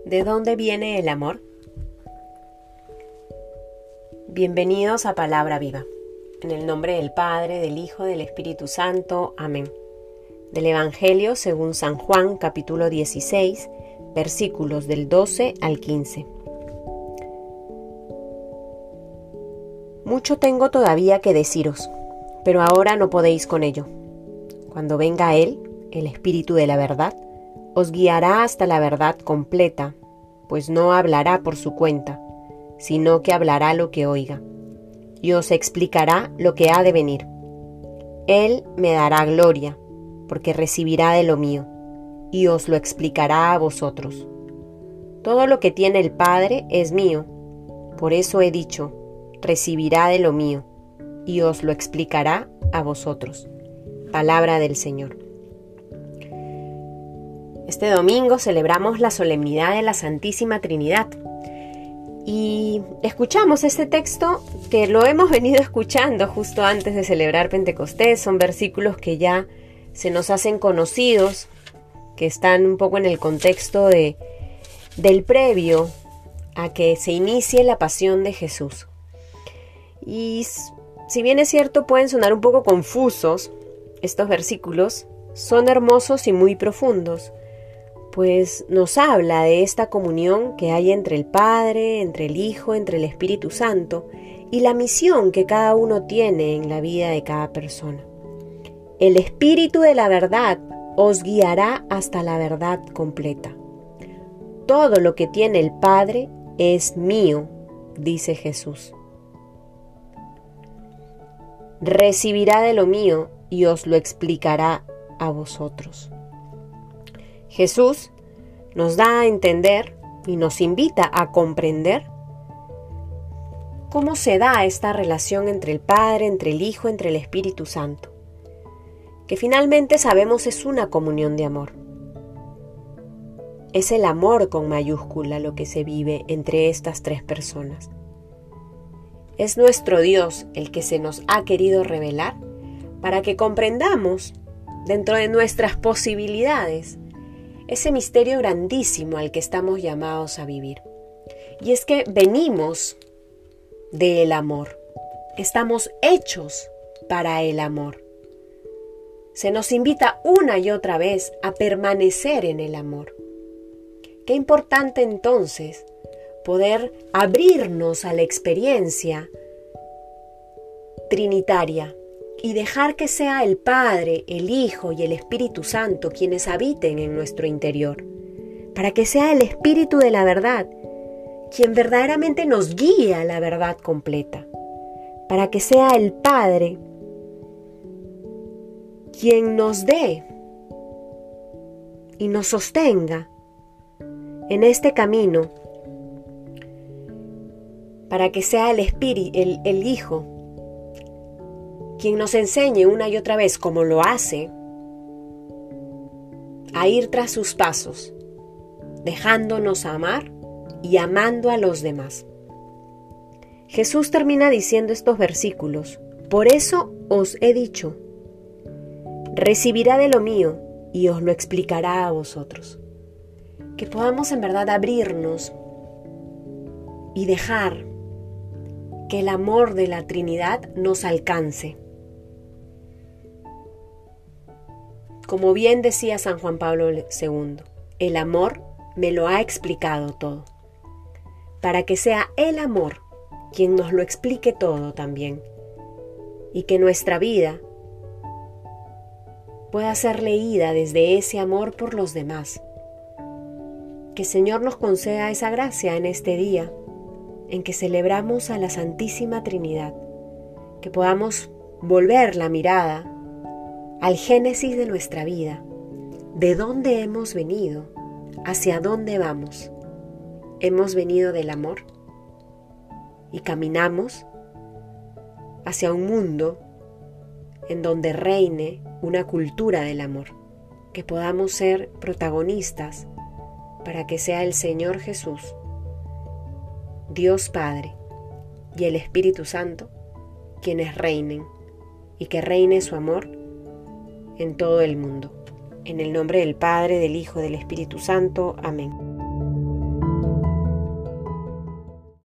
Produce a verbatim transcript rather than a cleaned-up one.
¿De dónde viene el amor? Bienvenidos a Palabra Viva. En el nombre del Padre, del Hijo, del Espíritu Santo. Amén. Del Evangelio según San Juan, capítulo dieciséis, versículos del doce al quince. Mucho tengo todavía que deciros, pero ahora no podéis con ello. Cuando venga Él, el Espíritu de la verdad, os guiará hasta la verdad completa, pues no hablará por su cuenta, sino que hablará lo que oiga, y os explicará lo que ha de venir. Él me dará gloria, porque recibirá de lo mío, y os lo explicará a vosotros. Todo lo que tiene el Padre es mío, por eso he dicho, recibirá de lo mío, y os lo explicará a vosotros. Palabra del Señor. Este domingo celebramos la solemnidad de la Santísima Trinidad y escuchamos este texto que lo hemos venido escuchando justo antes de celebrar Pentecostés. Son versículos que ya se nos hacen conocidos, que están un poco en el contexto de, del previo a que se inicie la pasión de Jesús. Y si bien es cierto pueden sonar un poco confusos, estos versículos son hermosos y muy profundos, pues nos habla de esta comunión que hay entre el Padre, entre el Hijo, entre el Espíritu Santo y la misión que cada uno tiene en la vida de cada persona. El Espíritu de la verdad os guiará hasta la verdad completa. Todo lo que tiene el Padre es mío, dice Jesús. Recibirá de lo mío y os lo explicará a vosotros. Jesús nos da a entender y nos invita a comprender cómo se da esta relación entre el Padre, entre el Hijo, entre el Espíritu Santo, que finalmente sabemos es una comunión de amor. Es el amor con mayúscula lo que se vive entre estas tres personas. Es nuestro Dios el que se nos ha querido revelar para que comprendamos, dentro de nuestras posibilidades, ese misterio grandísimo al que estamos llamados a vivir. Y es que venimos del amor. Estamos hechos para el amor. Se nos invita una y otra vez a permanecer en el amor. Qué importante entonces poder abrirnos a la experiencia trinitaria y dejar que sea el Padre, el Hijo y el Espíritu Santo quienes habiten en nuestro interior, para que sea el Espíritu de la verdad quien verdaderamente nos guíe a la verdad completa, para que sea el Padre quien nos dé y nos sostenga en este camino, para que sea el Espíritu, el, el Hijo, quien nos enseñe una y otra vez, como lo hace, a ir tras sus pasos, dejándonos amar y amando a los demás. Jesús termina diciendo estos versículos: por eso os he dicho, recibirá de lo mío y os lo explicará a vosotros. Que podamos en verdad abrirnos y dejar que el amor de la Trinidad nos alcance. Como bien decía San Juan Pablo segundo, el amor me lo ha explicado todo, para que sea el amor quien nos lo explique todo también, y que nuestra vida pueda ser leída desde ese amor por los demás. Que el Señor nos conceda esa gracia en este día en que celebramos a la Santísima Trinidad, que podamos volver la mirada al génesis de nuestra vida, de dónde hemos venido, hacia dónde vamos. Hemos venido del amor y caminamos hacia un mundo en donde reine una cultura del amor, que podamos ser protagonistas para que sea el Señor Jesús, Dios Padre y el Espíritu Santo quienes reinen, y que reine su amor en todo el mundo. En el nombre del Padre, del Hijo, del Espíritu Santo. Amén.